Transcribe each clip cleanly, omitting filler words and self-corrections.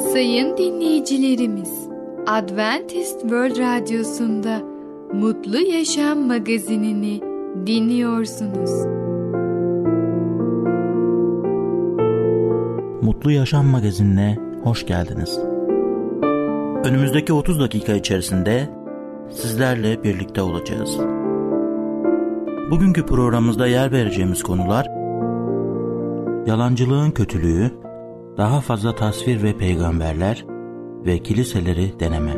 Sayın dinleyicilerimiz, Adventist World Radyosu'nda Mutlu Yaşam magazinini dinliyorsunuz. Mutlu Yaşam magazinine hoş geldiniz. Önümüzdeki 30 dakika içerisinde sizlerle birlikte olacağız. Bugünkü programımızda yer vereceğimiz konular: yalancılığın kötülüğü, daha fazla tasvir ve peygamberler ve kiliseleri deneme.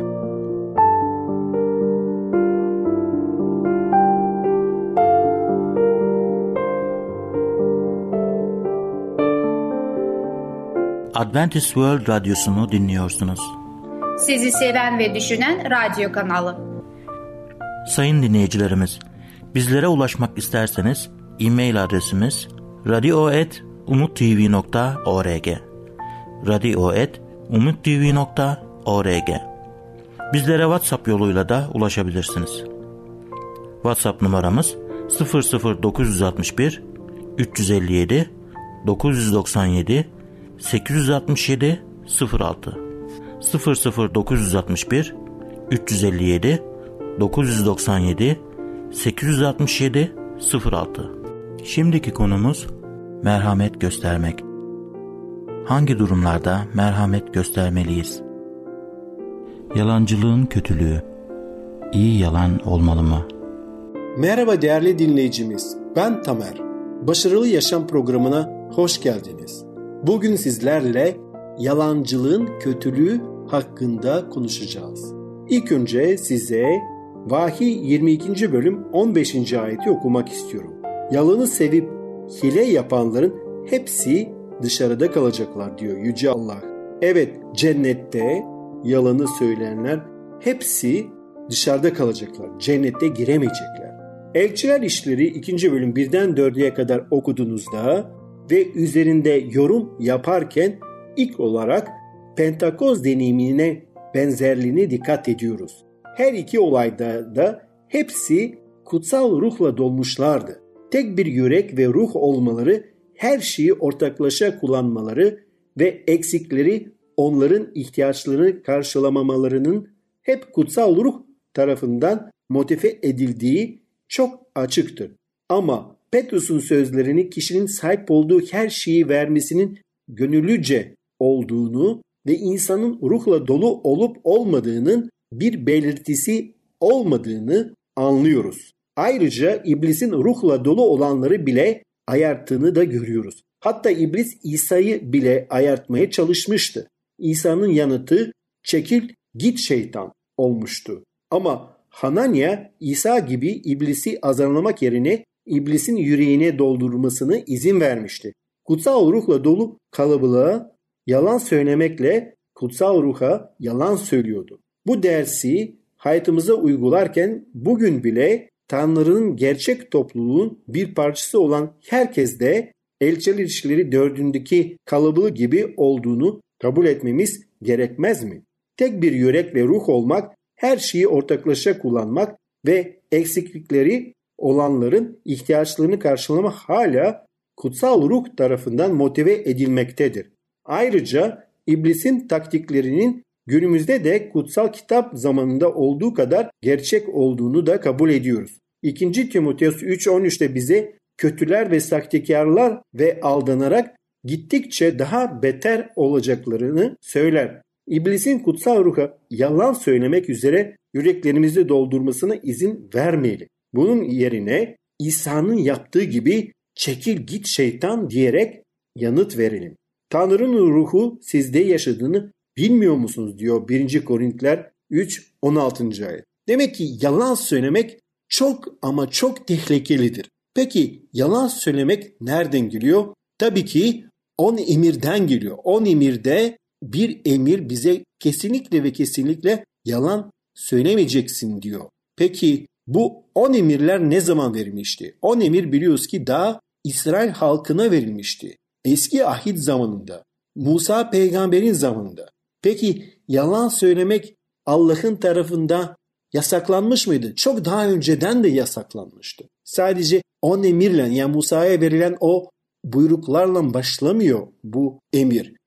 Adventist World Radyosu'nu dinliyorsunuz. Sizi seven ve düşünen radyo kanalı. Sayın dinleyicilerimiz, bizlere ulaşmak isterseniz e-mail adresimiz radio@umuttv.org radio@umuttv.org. Bizlere WhatsApp yoluyla da ulaşabilirsiniz. WhatsApp numaramız 00961 357 997 867 06 00961 357 997 867 06. Şimdiki konumuz merhamet göstermek. Hangi durumlarda merhamet göstermeliyiz? Yalancılığın kötülüğü. İyi yalan olmalı mı? Merhaba değerli dinleyicimiz, ben Tamer. Başarılı Yaşam programına hoş geldiniz. Bugün sizlerle yalancılığın kötülüğü hakkında konuşacağız. İlk önce size Vahiy 22. bölüm 15. ayeti okumak istiyorum. Yalanı sevip hile yapanların hepsi dışarıda kalacaklar diyor Yüce Allah. Evet, cennette yalanı söyleyenler hepsi dışarıda kalacaklar. Cennete giremeyecekler. Elçiler İşleri 2. bölüm 1'den 4'e kadar okuduğunuzda ve üzerinde yorum yaparken ilk olarak Pentakoz deneyimine benzerliğine dikkat ediyoruz. Her iki olayda da hepsi kutsal ruhla dolmuşlardı. Tek bir yürek ve ruh olmaları, her şeyi ortaklaşa kullanmaları ve eksikleri onların ihtiyaçlarını karşılamamalarının hep kutsal ruh tarafından motive edildiği çok açıktır. Ama Petrus'un sözlerini kişinin sahip olduğu her şeyi vermesinin gönüllüce olduğunu ve insanın ruhla dolu olup olmadığının bir belirtisi olmadığını anlıyoruz. Ayrıca iblisin ruhla dolu olanları bile ayarttığını da görüyoruz. Hatta iblis İsa'yı bile ayartmaya çalışmıştı. İsa'nın yanıtı "Çekil git şeytan" olmuştu. Ama Hananya İsa gibi iblisi azarlamak yerine iblisin yüreğine doldurmasını izin vermişti. Kutsal ruhla dolu kalabalığa yalan söylemekle kutsal ruha yalan söylüyordu. Bu dersi hayatımıza uygularken bugün bile Tanrı'nın gerçek topluluğun bir parçası olan herkes de Elçiler İşleri 4'ündeki kalabalık gibi olduğunu kabul etmemiz gerekmez mi? Tek bir yürek ve ruh olmak, her şeyi ortaklaşa kullanmak ve eksiklikleri olanların ihtiyaçlarını karşılamak hala kutsal ruh tarafından motive edilmektedir. Ayrıca iblisin taktiklerinin günümüzde de kutsal kitap zamanında olduğu kadar gerçek olduğunu da kabul ediyoruz. 2. Timoteus 3.13'te bize kötüler ve sahtekarlar ve aldanarak gittikçe daha beter olacaklarını söyler. İblisin kutsal ruha yalan söylemek üzere yüreklerimizi doldurmasına izin vermeyelim. Bunun yerine İsa'nın yaptığı gibi "Çekil git şeytan" diyerek yanıt verelim. Tanrı'nın ruhu sizde yaşadığını bilmiyor musunuz diyor 1. Korintiler 3.16. ayet. Demek ki yalan söylemek çok ama çok tehlikelidir. Peki yalan söylemek nereden geliyor? Tabii ki 10 emirden geliyor. 10 emirde bir emir bize kesinlikle ve kesinlikle yalan söylemeyeceksin diyor. Peki bu 10 emirler ne zaman verilmişti? 10 emir biliyoruz ki daha İsrail halkına verilmişti. Eski ahit zamanında, Musa peygamberin zamanında. Peki yalan söylemek Allah'ın tarafından yasaklanmış mıydı? Çok daha önceden de yasaklanmıştı. Sadece 10 emirle, yani Musa'ya verilen o buyruklarla başlamıyor bu emir.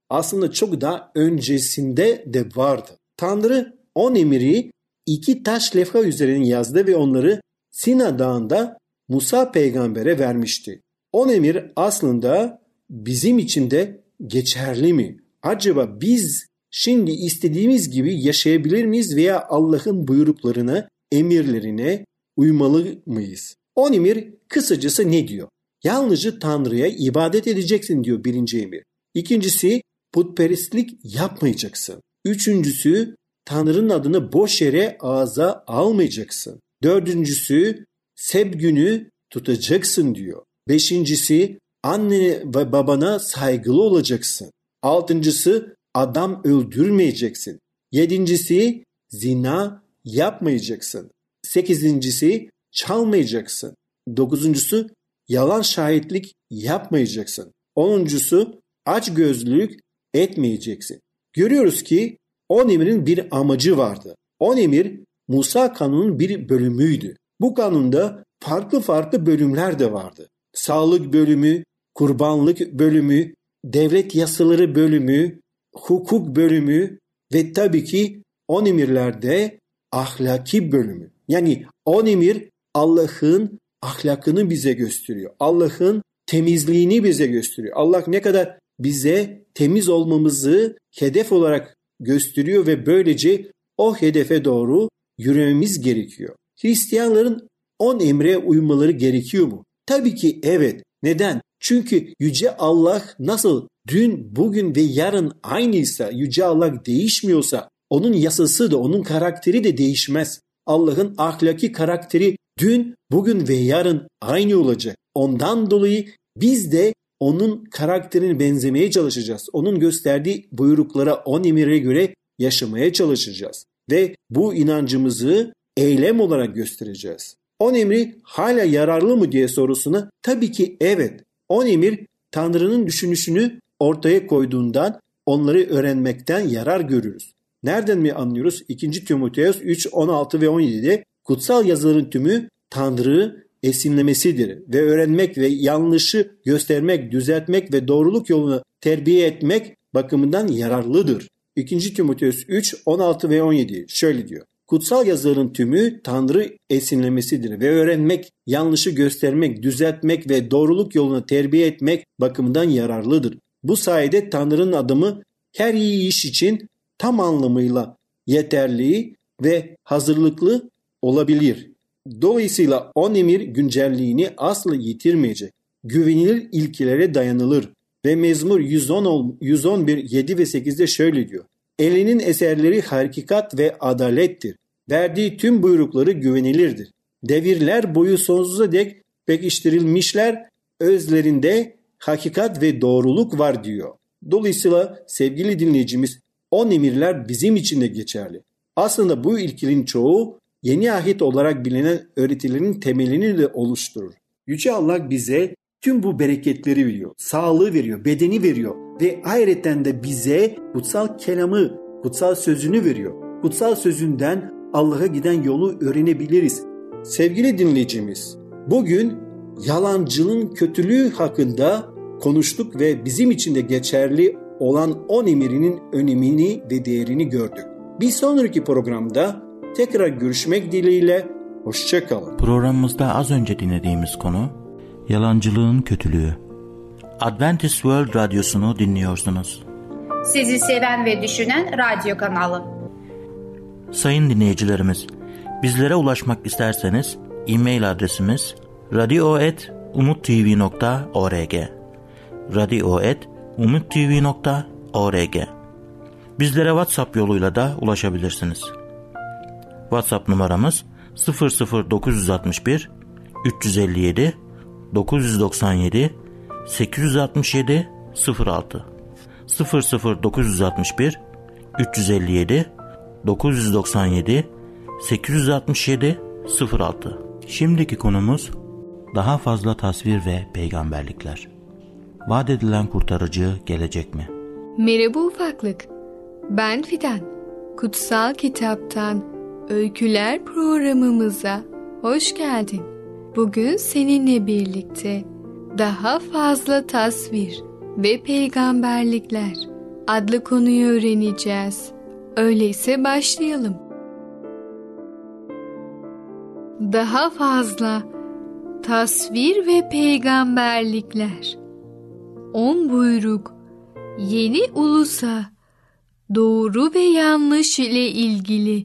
aslında çok daha öncesinde de vardı. Tanrı 10 emiri 2 taş levha üzerine yazdı ve onları Sina Dağı'nda Musa peygambere vermişti. 10 emir aslında bizim için de geçerli mi? Acaba biz şimdi istediğimiz gibi yaşayabilir miyiz veya Allah'ın buyruklarına, emirlerine uymalı mıyız? 10 emir kısacası ne diyor? Yalnızca Tanrı'ya ibadet edeceksin diyor 1. emir. İkincisi, putperestlik yapmayacaksın. Üçüncüsü, Tanrı'nın adını boş yere ağza almayacaksın. Dördüncüsü, Seb günü tutacaksın diyor. Beşincisi, annene ve babana saygılı olacaksın. Altıncısı, adam öldürmeyeceksin. Yedincisi, zina yapmayacaksın. Sekizincisi, çalmayacaksın. Dokuzuncusu, yalan şahitlik yapmayacaksın. Onuncusu, açgözlülük etmeyeceksin. Görüyoruz ki 10 emirin bir amacı vardı. 10 emir Musa kanunun bir bölümüydü. Bu kanunda farklı bölümler de vardı. Sağlık bölümü, kurbanlık bölümü, devlet yasaları bölümü, hukuk bölümü ve tabii ki 10 emirlerde ahlaki bölümü. Yani 10 emir Allah'ın ahlakını bize gösteriyor. Allah'ın temizliğini bize gösteriyor. Allah ne kadar bize temiz olmamızı hedef olarak gösteriyor ve böylece o hedefe doğru yürümemiz gerekiyor. Hristiyanların 10 emre uymaları gerekiyor mu? Tabii ki evet. Neden? Çünkü Yüce Allah nasıl dün, bugün ve yarın aynıysa, Yüce Allah değişmiyorsa onun yasası da, onun karakteri de değişmez. Allah'ın ahlaki karakteri dün, bugün ve yarın aynı olacak. Ondan dolayı biz de onun karakterine benzemeye çalışacağız. Onun gösterdiği buyruklara, 10 emire göre yaşamaya çalışacağız. Ve bu inancımızı eylem olarak göstereceğiz. 10 emri hala yararlı mı diye sorusuna tabii ki evet. 10 emir Tanrı'nın düşünüşünü ortaya koyduğundan onları öğrenmekten yarar görürüz. Nereden mi anlıyoruz? 2. Timoteos 3, 16 ve 17'de kutsal yazıların tümü Tanrı esinlemesidir ve öğrenmek ve yanlışı göstermek, düzeltmek ve doğruluk yoluna terbiye etmek bakımından yararlıdır. 2. Timoteos 3, 16 ve 17 şöyle diyor. Kutsal yazıların tümü Tanrı esinlemesidir ve öğrenmek, yanlışı göstermek, düzeltmek ve doğruluk yoluna terbiye etmek bakımından yararlıdır. Bu sayede Tanrı'nın adımı her iyi iş için tam anlamıyla yeterli ve hazırlıklı olabilir. Dolayısıyla 10 emir güncelliğini asla yitirmeyecek. Güvenilir ilkelere dayanılır ve Mezmur 111, 7 ve 8'de şöyle diyor. Elinin eserleri hakikat ve adalettir. Verdiği tüm buyrukları güvenilirdir. Devirler boyu sonsuza dek pekiştirilmişler, özlerinde hakikat ve doğruluk var diyor. Dolayısıyla sevgili dinleyicimiz 10 emirler bizim için de geçerli. Aslında bu ilkelerin çoğu Yeni Ahit olarak bilinen öğretilerin temelini de oluşturur. Yüce Allah bize tüm bu bereketleri veriyor, sağlığı veriyor, bedeni veriyor ve ayrıca de bize kutsal kelamı, kutsal sözünü veriyor. Kutsal sözünden Allah'a giden yolu öğrenebiliriz. Sevgili dinleyicimiz, bugün yalancılığın kötülüğü hakkında konuştuk ve bizim için de geçerli olan 10 emirinin önemini ve değerini gördük. Bir sonraki programda tekrar görüşmek dileğiyle, hoşça kalın. Programımızda az önce dinlediğimiz konu yalancılığın kötülüğü. Adventist World Radyosu'nu dinliyorsunuz. Sizi seven ve düşünen radyo kanalı. Sayın dinleyicilerimiz, bizlere ulaşmak isterseniz e-mail adresimiz radio@umuttv.org radio@umuttv.org. Bizlere WhatsApp yoluyla da ulaşabilirsiniz. WhatsApp numaramız 00961 357 997 867 06 00961 357 997 867 06. Şimdiki konumuz daha fazla tasvir ve peygamberlikler. Vaat edilen kurtarıcı gelecek mi? Merhaba ufaklık. Ben Fidan. Kutsal Kitaptan Öyküler programımıza hoş geldin. Bugün seninle birlikte daha fazla tasvir ve peygamberlikler adlı konuyu öğreneceğiz. Öyleyse başlayalım. Daha fazla tasvir ve peygamberlikler. 10 buyruk yeni ulusa doğru ve yanlış ile ilgili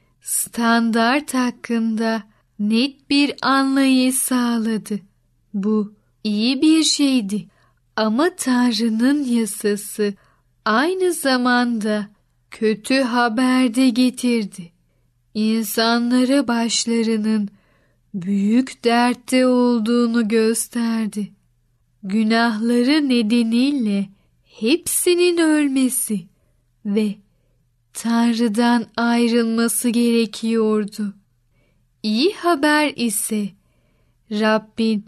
standart hakkında net bir anlayış sağladı. Bu iyi bir şeydi ama Tanrı'nın yasası aynı zamanda kötü haber de getirdi. İnsanlara başlarının büyük dertte olduğunu gösterdi. Günahları nedeniyle hepsinin ölmesi ve Tanrı'dan ayrılması gerekiyordu. İyi haber ise Rabbin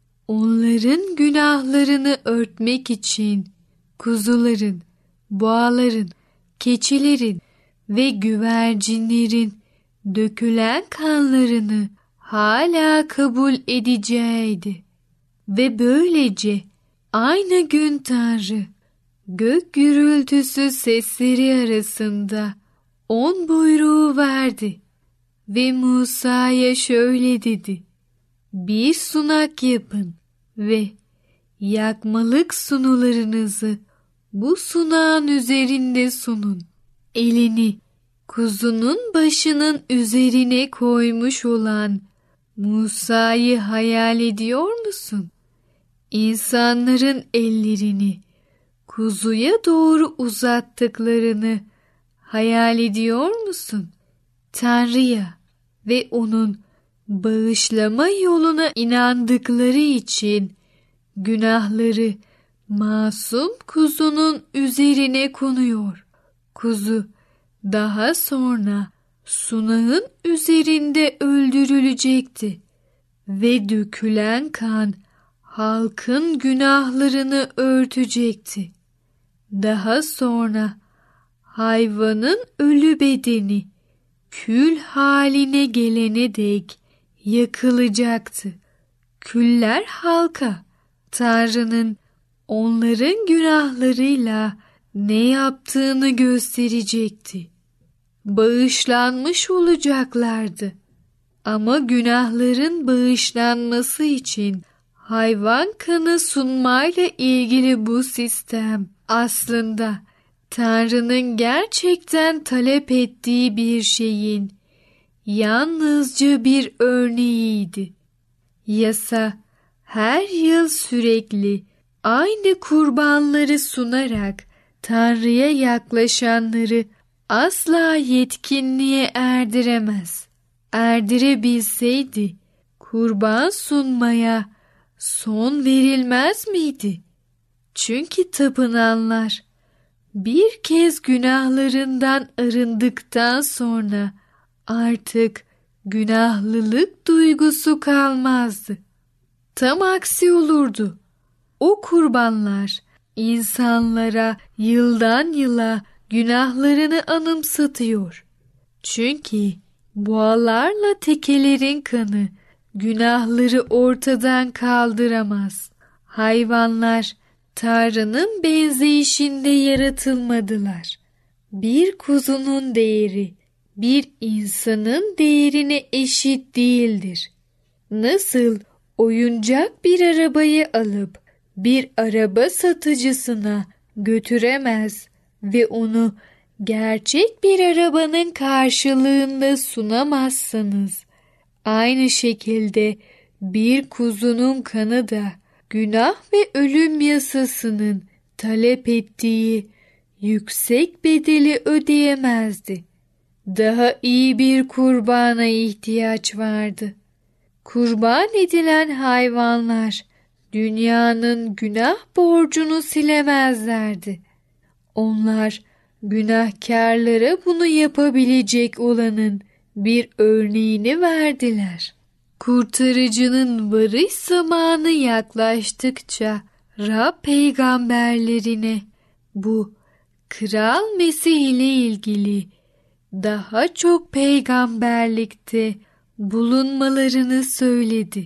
onların günahlarını örtmek için kuzuların, boğaların, keçilerin ve güvercinlerin dökülen kanlarını hala kabul edeceğiydi. Ve böylece aynı gün Tanrı gök gürültüsü sesleri arasında 10 buyruğu verdi ve Musa'ya şöyle dedi: bir sunak yapın ve yakmalık sunularınızı bu sunağın üzerinde sunun. Elini kuzunun başının üzerine koymuş olan Musa'yı hayal ediyor musun? İnsanların ellerini kuzuya doğru uzattıklarını hayal ediyor musun? Tanrı'ya ve onun bağışlama yoluna inandıkları için günahları masum kuzunun üzerine konuyor. Kuzu daha sonra sunağın üzerinde öldürülecekti ve dökülen kan halkın günahlarını örtecekti. Daha sonra hayvanın ölü bedeni kül haline gelene dek yakılacaktı. Küller halka Tanrı'nın onların günahlarıyla ne yaptığını gösterecekti. Bağışlanmış olacaklardı. Ama günahların bağışlanması için hayvan kanı sunmayla ilgili bu sistem aslında Tanrı'nın gerçekten talep ettiği bir şeyin yalnızca bir örneğiydi. Yasa her yıl sürekli aynı kurbanları sunarak Tanrı'ya yaklaşanları asla yetkinliğe erdiremez. Erdirebilseydi kurban sunmaya son verilmez miydi? Çünkü tapınanlar bir kez günahlarından arındıktan sonra artık günahlılık duygusu kalmazdı. Tam aksi olurdu. O kurbanlar insanlara yıldan yıla günahlarını anımsatıyor. Çünkü boğalarla tekelerin kanı günahları ortadan kaldıramaz. Hayvanlar Tanrı'nın benzeyişinde yaratılmadılar. Bir kuzunun değeri bir insanın değerine eşit değildir. Nasıl oyuncak bir arabayı alıp bir araba satıcısına götüremez ve onu gerçek bir arabanın karşılığında sunamazsanız, aynı şekilde bir kuzunun kanı da günah ve ölüm yasasının talep ettiği yüksek bedeli ödeyemezdi. Daha iyi bir kurbana ihtiyaç vardı. Kurban edilen hayvanlar dünyanın günah borcunu silemezlerdi. Onlar günahkarlara bunu yapabilecek olanın bir örneğini verdiler. Kurtarıcının varış zamanı yaklaştıkça Rab peygamberlerine bu Kral Mesih ile ilgili daha çok peygamberlikte bulunmalarını söyledi.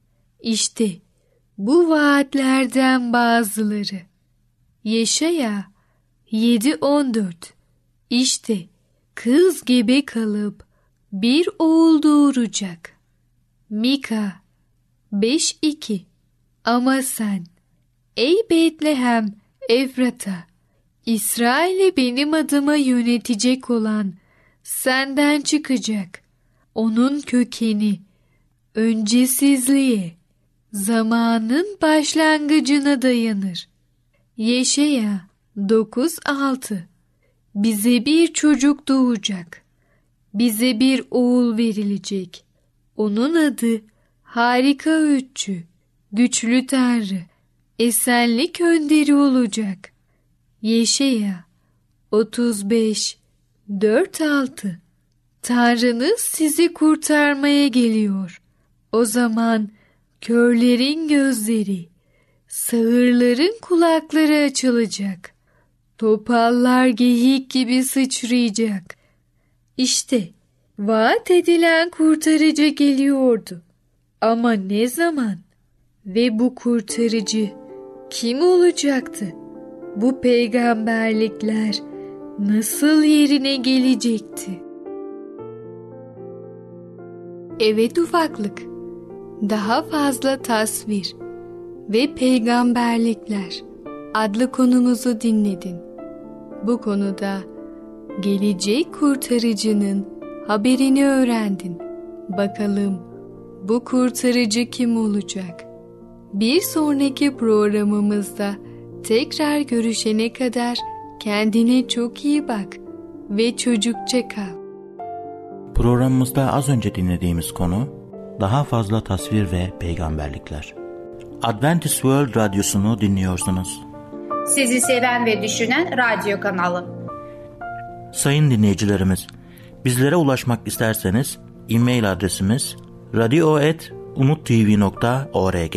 İşte bu vaatlerden bazıları. Yeşaya 7-14 İşte kız gebe kalıp bir oğul doğuracak. Mika 5-2 Ama sen, ey Betlehem Efrata, İsrail'e benim adıma yönetecek olan senden çıkacak. Onun kökeni öncesizliğe, zamanın başlangıcına dayanır. Yeşaya 9-6 Bize bir çocuk doğacak. Bize bir oğul verilecek. Onun adı Harika Öğütçü, Güçlü Tanrı, Esenlik Önderi olacak. Yeşaya 35-4-6 Tanrınız sizi kurtarmaya geliyor. O zaman körlerin gözleri, sağırların kulakları açılacak. Topallar geyik gibi sıçrayacak. İşte vaat edilen kurtarıcı geliyordu. Ama ne zaman? Ve bu kurtarıcı kim olacaktı? Bu peygamberlikler nasıl yerine gelecekti? Evet ufaklık, daha fazla tasvir ve peygamberlikler adlı konumuzu dinledin. Bu konuda gelecek kurtarıcının haberini öğrendin. Bakalım bu kurtarıcı kim olacak? Bir sonraki programımızda tekrar görüşene kadar kendine çok iyi bak ve çocukça kal. Programımızda az önce dinlediğimiz konu daha fazla tasvir ve peygamberlikler. Adventist World Radyosu'nu dinliyorsunuz. Sizi seven ve düşünen radyo kanalı. Sayın dinleyicilerimiz, bizlere ulaşmak isterseniz e-mail adresimiz radio@umuttv.org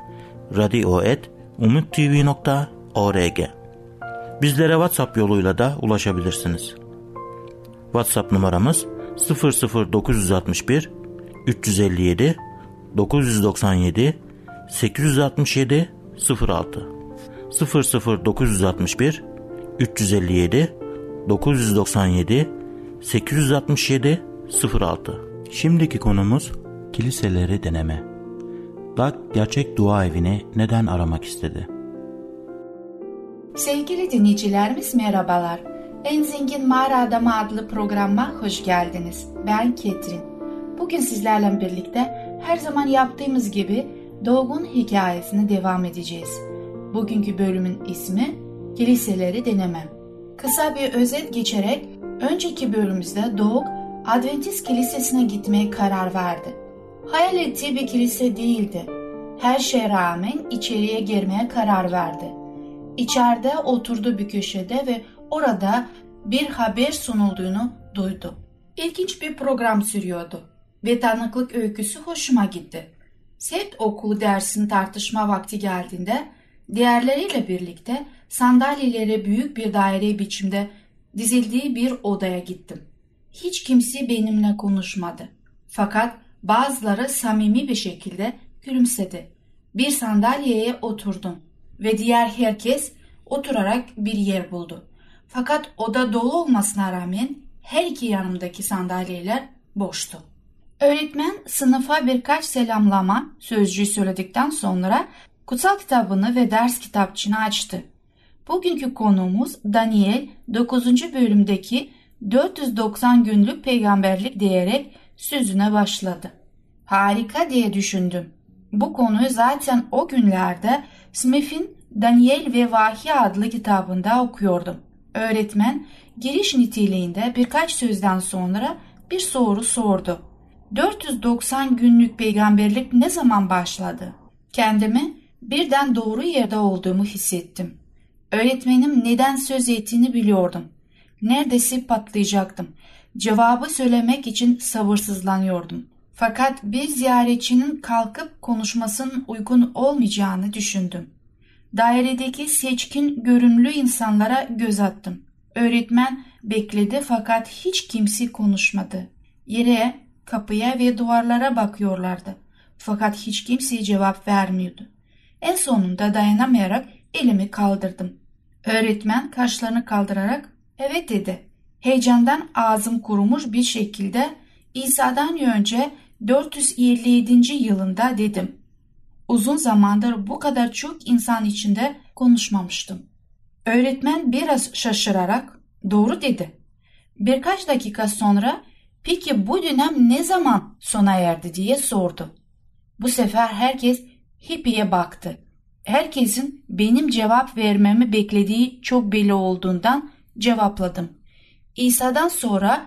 radio@umuttv.org. Bizlere WhatsApp yoluyla da ulaşabilirsiniz. WhatsApp numaramız 00961 357 997 867 06 00961 357 997 867 06. Şimdiki konumuz kiliseleri deneme. Doug gerçek dua evini neden aramak istedi? Sevgili dinleyicilerimiz merhabalar. En Zengin Mağara Adamı adlı programa hoş geldiniz. Ben Ketrin. Bugün sizlerle birlikte her zaman yaptığımız gibi Doug'un hikayesine devam edeceğiz. Bugünkü bölümün ismi Kiliseleri Deneme. Kısa bir özet geçerek önceki bölümümüzde Doug Adventist kilisesine gitmeye karar verdi. Hayal ettiği bir kilise değildi. Her şeye rağmen içeriye girmeye karar verdi. İçeride oturdu bir köşede ve orada bir haber sunulduğunu duydu. İlginç bir program sürüyordu ve tanıklık öyküsü hoşuma gitti. Set okulu dersinin tartışma vakti geldiğinde diğerleriyle birlikte sandalyelere büyük bir daire biçimde dizildiği bir odaya gittim. Hiç kimse benimle konuşmadı. Fakat bazıları samimi bir şekilde gülümsedi. Bir sandalyeye oturdum ve diğer herkes oturarak bir yer buldu. Fakat oda dolu olmasına rağmen her iki yanımdaki sandalyeler boştu. Öğretmen sınıfa birkaç selamlama sözcüğü söyledikten sonra kutsal kitabını ve ders kitapçığını açtı. Bugünkü konumuz Daniel 9. bölümdeki 490 günlük peygamberlik diyerek sözüne başladı. Harika diye düşündüm. Bu konuyu zaten o günlerde Smith'in Daniel ve Vahiy adlı kitabında okuyordum. Öğretmen giriş niteliğinde birkaç sözden sonra bir soru sordu. 490 günlük peygamberlik ne zaman başladı? Kendimi birden doğru yerde olduğumu hissettim. Öğretmenim neden söz ettiğini biliyordum. Neredeyse patlayacaktım. Cevabı söylemek için sabırsızlanıyordum. Fakat bir ziyaretçinin kalkıp konuşmasının uygun olmayacağını düşündüm. Dairedeki seçkin görünümlü insanlara göz attım. Öğretmen bekledi fakat hiç kimse konuşmadı. Yere, kapıya ve duvarlara bakıyorlardı. Fakat hiç kimse cevap vermiyordu. En sonunda dayanamayarak elimi kaldırdım. Öğretmen kaşlarını kaldırarak evet dedi. Heyecandan ağzım kurumuş bir şekilde İsa'dan önce 457. yılında dedim. Uzun zamandır bu kadar çok insan içinde konuşmamıştım. Öğretmen biraz şaşırarak doğru dedi. Birkaç dakika sonra peki bu dönem ne zaman sona erdi diye sordu. Bu sefer herkes Hippie'ye baktı. Herkesin benim cevap vermemi beklediği çok belli olduğundan cevapladım. İsa'dan sonra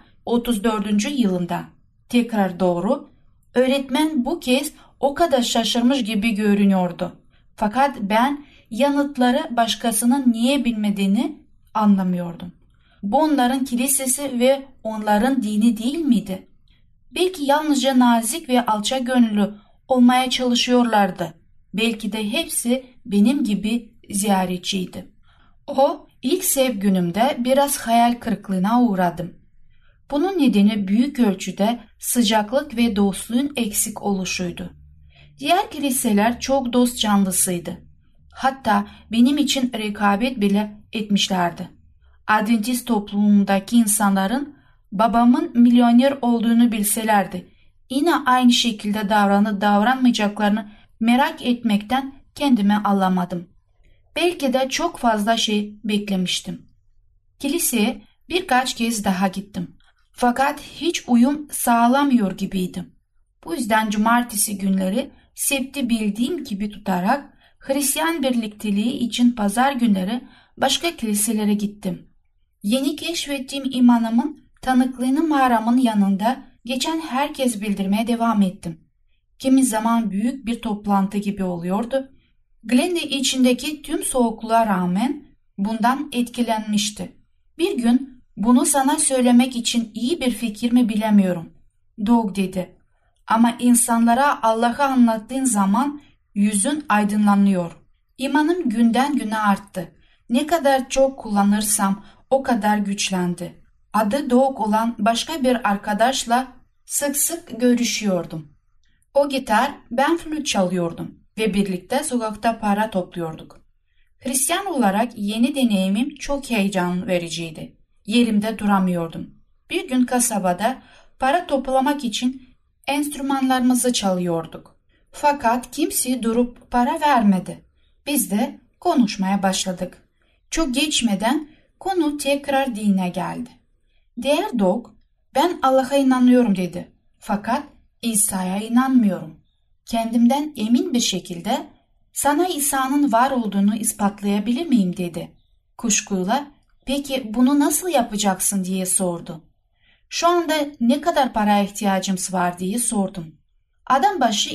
34. yılında. Tekrar doğru. Öğretmen bu kez o kadar şaşırmış gibi görünüyordu. Fakat ben yanıtları başkasının niye bilmediğini anlamıyordum. Bu onların kilisesi ve onların dini değil miydi? Belki yalnızca nazik ve alçakgönüllü olmaya çalışıyorlardı. Belki de hepsi benim gibi ziyaretçiydi. O ilk sev günümde biraz hayal kırıklığına uğradım. Bunun nedeni büyük ölçüde sıcaklık ve dostluğun eksik oluşuydu. Diğer kiliseler çok dost canlısıydı. Hatta benim için rekabet bile etmişlerdi. Adventist toplumundaki insanların babamın milyoner olduğunu bilselerdi, yine aynı şekilde davranıp davranmayacaklarını merak etmekten kendimi alamadım. Belki de çok fazla şey beklemiştim. Kiliseye birkaç kez daha gittim. Fakat hiç uyum sağlamıyor gibiydim. Bu yüzden cumartesi günleri septi bildiğim gibi tutarak Hristiyan birlikteliği için pazar günleri başka kiliselere gittim. Yeni keşfettiğim imanımın tanıklığını mağaramın yanında geçen herkes bildirmeye devam ettim. Kimi zaman büyük bir toplantı gibi oluyordu. Glendy içindeki tüm soğukluğa rağmen bundan etkilenmişti. Bir gün bunu sana söylemek için iyi bir fikir mi bilemiyorum. Doug dedi. Ama insanlara Allah'ı anlattığın zaman yüzün aydınlanıyor. İmanım günden güne arttı. Ne kadar çok kullanırsam o kadar güçlendi. Adı Doug olan başka bir arkadaşla sık sık görüşüyordum. O gitar, ben flüt çalıyordum ve birlikte sokakta para topluyorduk. Hristiyan olarak yeni deneyimim çok heyecan vericiydi. Yerimde duramıyordum. Bir gün kasabada para toplamak için enstrümanlarımızı çalıyorduk. Fakat kimse durup para vermedi. Biz de konuşmaya başladık. Çok geçmeden konu tekrar dine geldi. Diğer Doug, ben Allah'a inanıyorum dedi. Fakat İsa'ya inanmıyorum. Kendimden emin bir şekilde sana İsa'nın var olduğunu ispatlayabilir miyim dedi. Kuşkuyla peki bunu nasıl yapacaksın diye sordu. Şu anda ne kadar paraya ihtiyacımız var diye sordum. Adam başı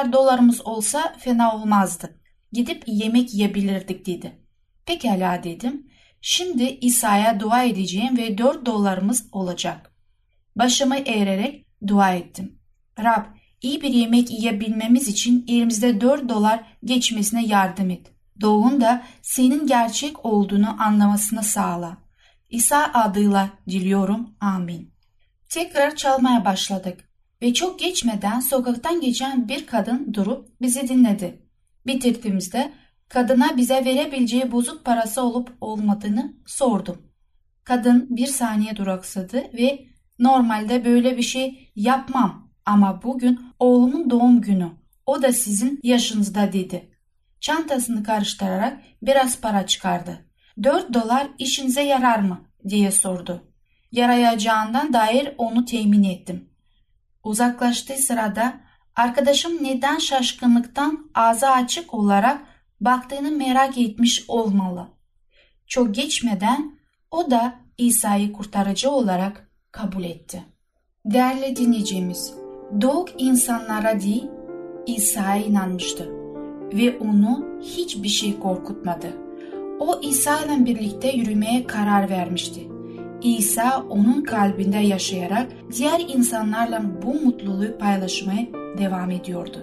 $2 olsa fena olmazdı. Gidip yemek yiyebilirdik dedi. Pekala dedim. Şimdi İsa'ya dua edeceğim ve $4 olacak. Başımı eğerek dua ettim. Rab, iyi bir yemek yiyebilmemiz için elimizde $4 geçmesine yardım et. Doğun da senin gerçek olduğunu anlamasını sağla. İsa adıyla diliyorum. Amin. Tekrar çalmaya başladık ve çok geçmeden sokaktan geçen bir kadın durup bizi dinledi. Bitirdiğimizde kadına bize verebileceği bozuk parası olup olmadığını sordum. Kadın bir saniye duraksadı ve normalde böyle bir şey yapmam ama bugün oğlumun doğum günü. O da sizin yaşınızda dedi. Çantasını karıştırarak biraz para çıkardı. $4 işinize yarar mı diye sordu. Yarayacağından dair onu temin ettim. Uzaklaştığı sırada arkadaşım neden şaşkınlıktan ağzı açık olarak baktığını merak etmiş olmalı. Çok geçmeden o da İsa'yı kurtarıcı olarak kabul etti. Değerli dinleyicimiz, Doug insanlara değil İsa'ya inanmıştı ve onu hiçbir şey korkutmadı. O İsa ile birlikte yürümeye karar vermişti. İsa onun kalbinde yaşayarak diğer insanlarla bu mutluluğu paylaşmaya devam ediyordu.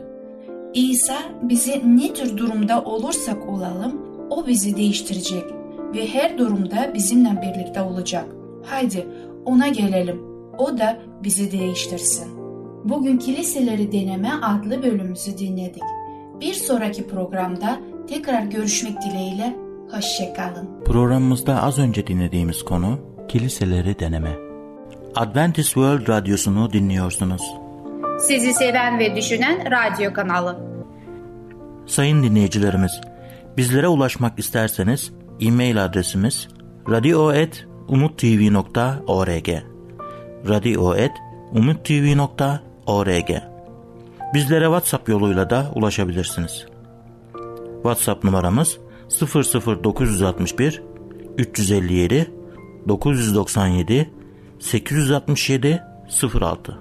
İsa bizi ne tür durumda olursak olalım o bizi değiştirecek ve her durumda bizimle birlikte olacak. Haydi ona gelelim, o da bizi değiştirsin. Bugün Kiliseleri Deneme adlı bölümümüzü dinledik. Bir sonraki programda tekrar görüşmek dileğiyle, Hoşçakalın. Programımızda az önce dinlediğimiz konu kiliseleri deneme. Adventist World Radyosu'nu dinliyorsunuz. Sizi seven ve düşünen radyo kanalı. Sayın dinleyicilerimiz, bizlere ulaşmak isterseniz e-mail adresimiz radio@umuttv.org radio@umuttv.org. Bizlere WhatsApp yoluyla da ulaşabilirsiniz. WhatsApp numaramız 00961 357 997 867 06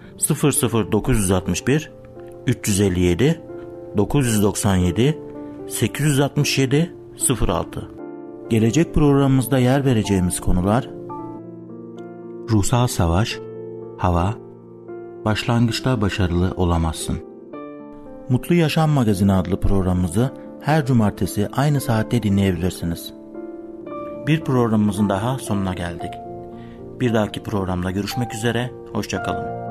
00961 357 997 867 06. Gelecek programımızda yer vereceğimiz konular: ruhsal savaş, hava, başlangıçta başarılı olamazsın. Mutlu Yaşam Magazini adlı programımızı her cumartesi aynı saatte dinleyebilirsiniz. Bir programımızın daha sonuna geldik. Bir dahaki programda görüşmek üzere, hoşça kalın.